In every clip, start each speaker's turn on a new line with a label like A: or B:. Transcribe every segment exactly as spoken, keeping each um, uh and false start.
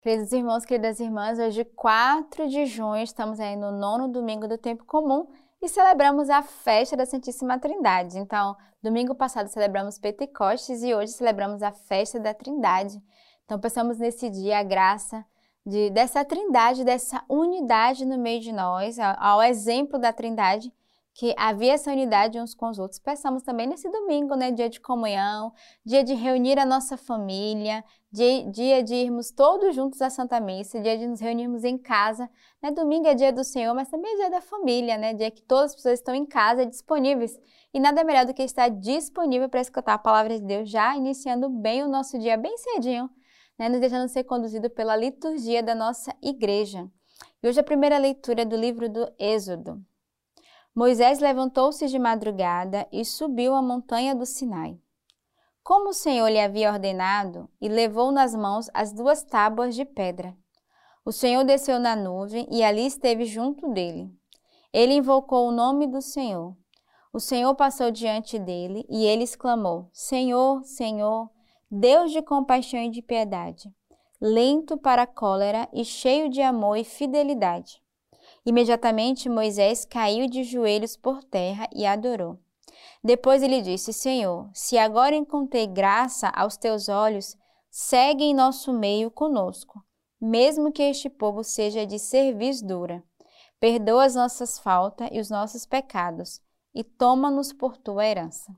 A: Queridos irmãos, queridas irmãs, hoje, quatro de junho, estamos aí no nono domingo do tempo comum e celebramos a festa da Santíssima Trindade. Então, domingo passado celebramos Pentecostes e hoje celebramos a festa da Trindade. Então, pensamos nesse dia a graça de, dessa Trindade, dessa unidade no meio de nós, ao, ao exemplo da Trindade, que havia essa unidade uns com os outros. Peçamos também nesse domingo, né, dia de comunhão, dia de reunir a nossa família, dia, dia de irmos todos juntos à Santa Missa, dia de nos reunirmos em casa. Né? Domingo é dia do Senhor, mas também é dia da família, né? Dia que todas as pessoas estão em casa, disponíveis. E nada melhor do que estar disponível para escutar a palavra de Deus, já iniciando bem o nosso dia, bem cedinho, né? Nos deixando ser conduzido pela liturgia da nossa igreja. E hoje a primeira leitura é do livro do Êxodo. Moisés levantou-se de madrugada e subiu a montanha do Sinai, como o Senhor lhe havia ordenado, e levou nas mãos as duas tábuas de pedra. O Senhor desceu na nuvem e ali esteve junto dele. Ele invocou o nome do Senhor. O Senhor passou diante dele e ele exclamou: Senhor, Senhor, Deus de compaixão e de piedade, lento para a cólera e cheio de amor e fidelidade. Imediatamente Moisés caiu de joelhos por terra e adorou. Depois ele disse: Senhor, se agora encontrei graça aos teus olhos, segue em nosso meio conosco, mesmo que este povo seja de cerviz dura. Perdoa as nossas faltas e os nossos pecados, e toma-nos por tua herança.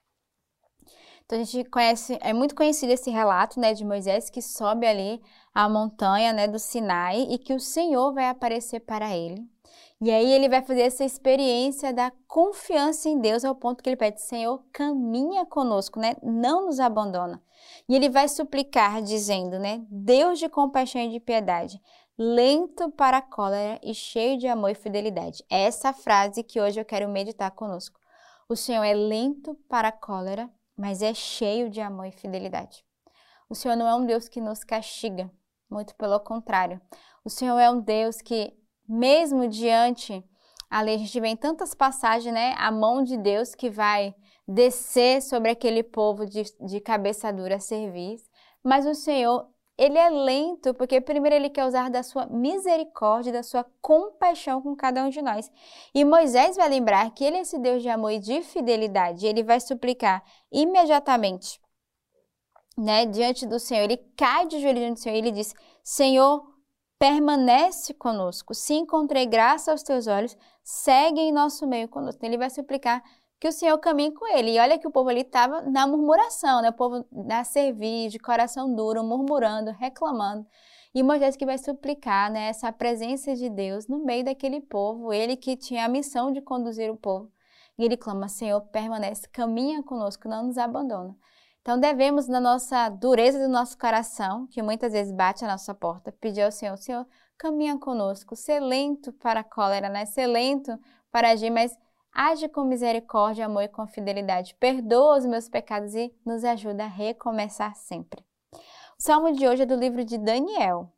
A: Então a gente conhece, é muito conhecido esse relato, né, de Moisés que sobe ali a montanha, né, do Sinai e que o Senhor vai aparecer para ele. E aí ele vai fazer essa experiência da confiança em Deus ao ponto que ele pede: Senhor, caminha conosco, né, não nos abandona. E ele vai suplicar dizendo, né, Deus de compaixão e de piedade, lento para a cólera e cheio de amor e fidelidade. É essa frase que hoje eu quero meditar conosco. O Senhor é lento para a cólera, mas é cheio de amor e fidelidade. O Senhor não é um Deus que nos castiga, muito pelo contrário. O Senhor é um Deus que, mesmo diante, ali a gente vê em tantas passagens, né, a mão de Deus que vai descer sobre aquele povo de, de cabeça dura cerviz, mas o Senhor, ele é lento, porque primeiro ele quer usar da sua misericórdia, da sua compaixão com cada um de nós. E Moisés vai lembrar que ele é esse Deus de amor e de fidelidade. Ele vai suplicar imediatamente, né, diante do Senhor. Ele cai de joelho diante do Senhor e ele diz: Senhor, permanece conosco. Se encontrei graça aos teus olhos, segue em nosso meio conosco. Então, ele vai suplicar que o Senhor caminhe com ele. E olha que o povo ali estava na murmuração, né? O povo na cerviz, de coração duro, murmurando, reclamando. E Moisés que vai suplicar, né, essa presença de Deus no meio daquele povo, ele que tinha a missão de conduzir o povo. E ele clama: Senhor, permanece, caminha conosco, não nos abandona. Então devemos, na nossa dureza do nosso coração, que muitas vezes bate a nossa porta, pedir ao Senhor: Senhor, caminha conosco, ser lento para a cólera, né? Ser lento para agir, mas age com misericórdia, amor e com fidelidade. Perdoa os meus pecados e nos ajuda a recomeçar sempre. O salmo de hoje é do livro de Daniel.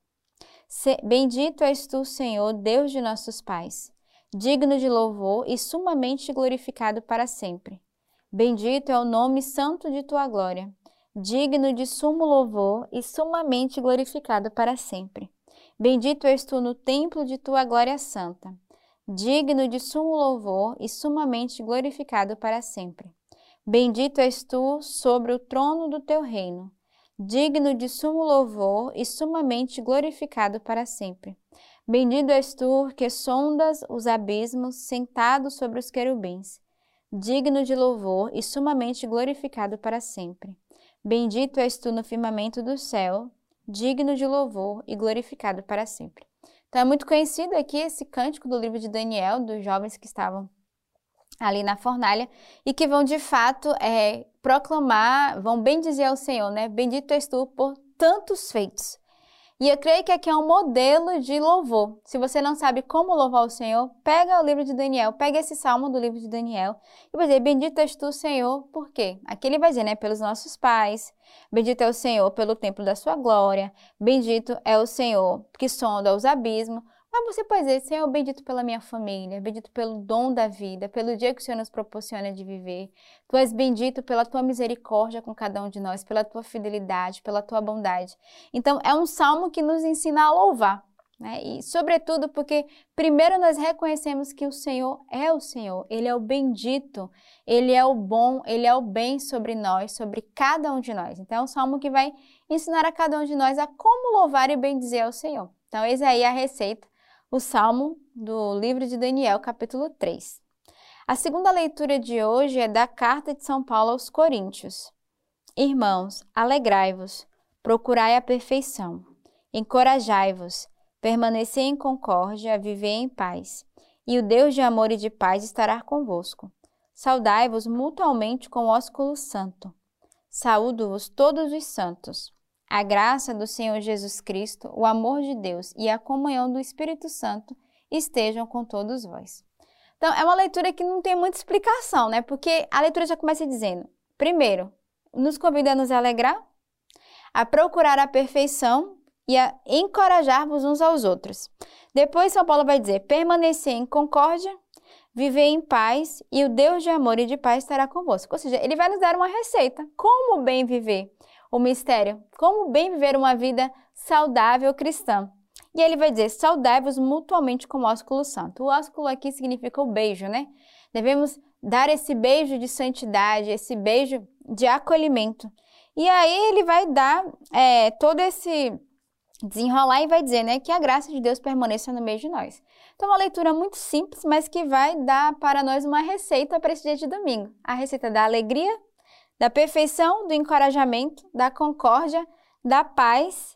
A: Bendito és tu, Senhor, Deus de nossos pais, digno de louvor e sumamente glorificado para sempre. Bendito é o nome santo de tua glória, digno de sumo louvor e sumamente glorificado para sempre. Bendito és tu no templo de tua glória santa, digno de sumo louvor e sumamente glorificado para sempre. Bendito és tu sobre o trono do teu reino, digno de sumo louvor e sumamente glorificado para sempre. Bendito és tu que sondas os abismos, sentado sobre os querubins, digno de louvor e sumamente glorificado para sempre. Bendito és tu no firmamento do céu, digno de louvor e glorificado para sempre. Então é muito conhecido aqui esse cântico do livro de Daniel, dos jovens que estavam ali na fornalha e que vão de fato é, proclamar, vão bendizer ao Senhor, né? Bendito és tu por tantos feitos. E eu creio que aqui é um modelo de louvor. Se você não sabe como louvar o Senhor, pega o livro de Daniel, pega esse salmo do livro de Daniel e vai dizer: bendito és tu, Senhor, por quê? Aqui ele vai dizer, né, pelos nossos pais, bendito é o Senhor pelo templo da sua glória, bendito é o Senhor que sonda os abismos, Mas você pode dizer, Senhor, bendito pela minha família, bendito pelo dom da vida, pelo dia que o Senhor nos proporciona de viver. Tu és bendito pela tua misericórdia com cada um de nós, pela tua fidelidade, pela tua bondade. Então, é um salmo que nos ensina a louvar, né? E, sobretudo, porque primeiro nós reconhecemos que o Senhor é o Senhor, Ele é o bendito, Ele é o bom, Ele é o bem sobre nós, sobre cada um de nós. Então, é um salmo que vai ensinar a cada um de nós a como louvar e bendizer ao Senhor. Então, eis aí a receita. O Salmo do livro de Daniel, capítulo três. A segunda leitura de hoje é da carta de São Paulo aos Coríntios. Irmãos, alegrai-vos, procurai a perfeição, encorajai-vos, permanecei em concórdia, vivei em paz, e o Deus de amor e de paz estará convosco. Saudai-vos mutualmente com o ósculo santo. Saúdo-vos todos os santos. A graça do Senhor Jesus Cristo, o amor de Deus e a comunhão do Espírito Santo estejam com todos vós. Então, é uma leitura que não tem muita explicação, né? Porque a leitura já começa dizendo, primeiro, nos convida a nos alegrar, a procurar a perfeição e a encorajar-vos uns aos outros. Depois, São Paulo vai dizer, permanecer em concórdia, viver em paz e o Deus de amor e de paz estará convosco. Ou seja, ele vai nos dar uma receita, como bem viver. O mistério, como bem viver uma vida saudável cristã. E ele vai dizer, saudai-vos mutuamente com o ósculo santo. O ósculo aqui significa o beijo, né? Devemos dar esse beijo de santidade, esse beijo de acolhimento. E aí ele vai dar é, todo esse desenrolar e vai dizer, né, que a graça de Deus permaneça no meio de nós. Então, é uma leitura muito simples, mas que vai dar para nós uma receita para esse dia de domingo. A receita da alegria, da perfeição, do encorajamento, da concórdia, da paz,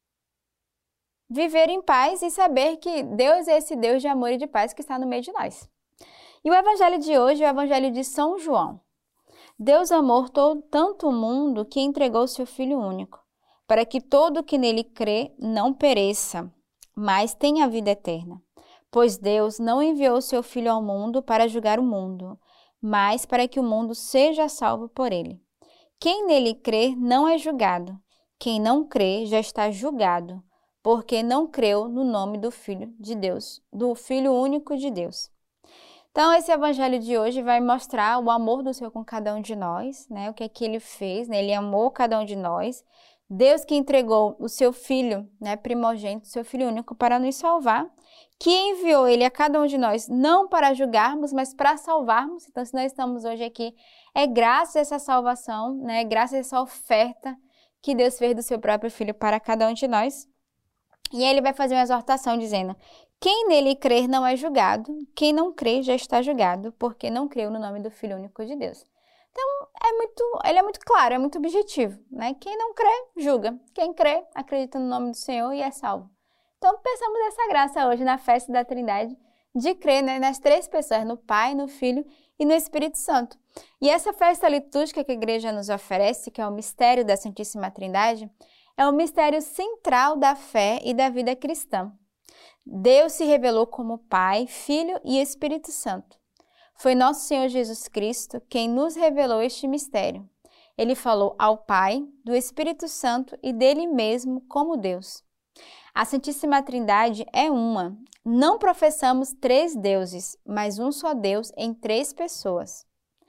A: viver em paz e saber que Deus é esse Deus de amor e de paz que está no meio de nós. E o evangelho de hoje é o evangelho de São João. Deus amou todo, tanto o mundo que entregou seu Filho único, para que todo que nele crê não pereça, mas tenha vida eterna. Pois Deus não enviou seu Filho ao mundo para julgar o mundo, mas para que o mundo seja salvo por ele. Quem nele crê não é julgado. Quem não crê já está julgado, porque não creu no nome do Filho de Deus, do Filho único de Deus. Então, esse evangelho de hoje vai mostrar o amor do Senhor com cada um de nós, né? O que é que ele fez, né? Ele amou cada um de nós. Deus que entregou o seu Filho, né, primogênito, seu Filho único, para nos salvar, que enviou ele a cada um de nós, não para julgarmos, mas para salvarmos. Então, se nós estamos hoje aqui, é graças a essa salvação, né, graças a essa oferta que Deus fez do seu próprio Filho para cada um de nós. E aí ele vai fazer uma exortação dizendo, quem nele crer não é julgado, quem não crê já está julgado, porque não creu no nome do Filho único de Deus. Então, é muito, ele é muito claro, é muito objetivo, né? Quem não crê, julga. Quem crê, acredita no nome do Senhor e é salvo. Então, pensamos nessa graça hoje na festa da Trindade, de crer, né, nas três pessoas, no Pai, no Filho e no Espírito Santo. E essa festa litúrgica que a igreja nos oferece, que é o mistério da Santíssima Trindade, é o mistério central da fé e da vida cristã. Deus se revelou como Pai, Filho e Espírito Santo. Foi nosso Senhor Jesus Cristo quem nos revelou este mistério. Ele falou ao Pai, do Espírito Santo e dele mesmo como Deus. A Santíssima Trindade é uma. Não professamos três deuses, mas um só Deus em três pessoas.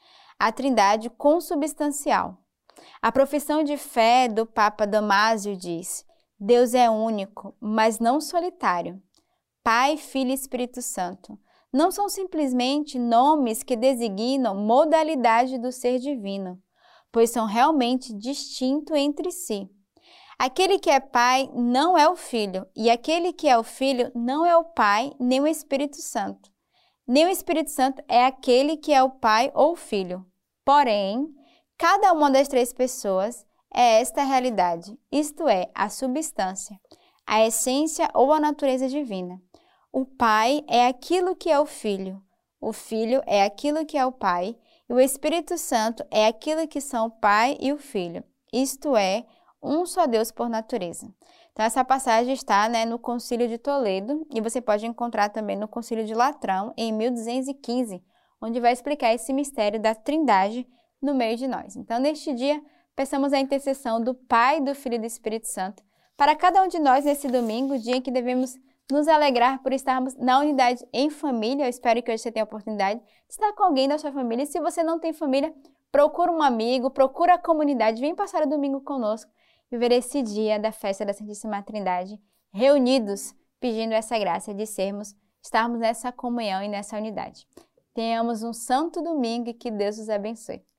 A: A Trindade consubstancial. A profissão de fé do Papa Damásio diz: Deus é único, mas não solitário. Pai, Filho e Espírito Santo. Não são simplesmente nomes que designam modalidade do ser divino, pois são realmente distintos entre si. Aquele que é Pai não é o Filho, e aquele que é o Filho não é o Pai nem o Espírito Santo. Nem o Espírito Santo é aquele que é o Pai ou o Filho. Porém, cada uma das três pessoas é esta realidade, isto é, a substância, a essência ou a natureza divina. O Pai é aquilo que é o Filho, o Filho é aquilo que é o Pai, e o Espírito Santo é aquilo que são o Pai e o Filho, isto é, um só Deus por natureza. Então, essa passagem está, né, no Concílio de Toledo, e você pode encontrar também no Concílio de Latrão, em mil duzentos e quinze, onde vai explicar esse mistério da Trindade no meio de nós. Então, neste dia, peçamos a intercessão do Pai, do Filho e do Espírito Santo, para cada um de nós nesse domingo, dia em que devemos nos alegrar por estarmos na unidade em família. Eu espero que hoje você tenha a oportunidade de estar com alguém da sua família. E se você não tem família, procura um amigo, procura a comunidade, vem passar o domingo conosco e viver esse dia da festa da Santíssima Trindade, reunidos, pedindo essa graça de sermos, estarmos nessa comunhão e nessa unidade. Tenhamos um santo domingo e que Deus os abençoe.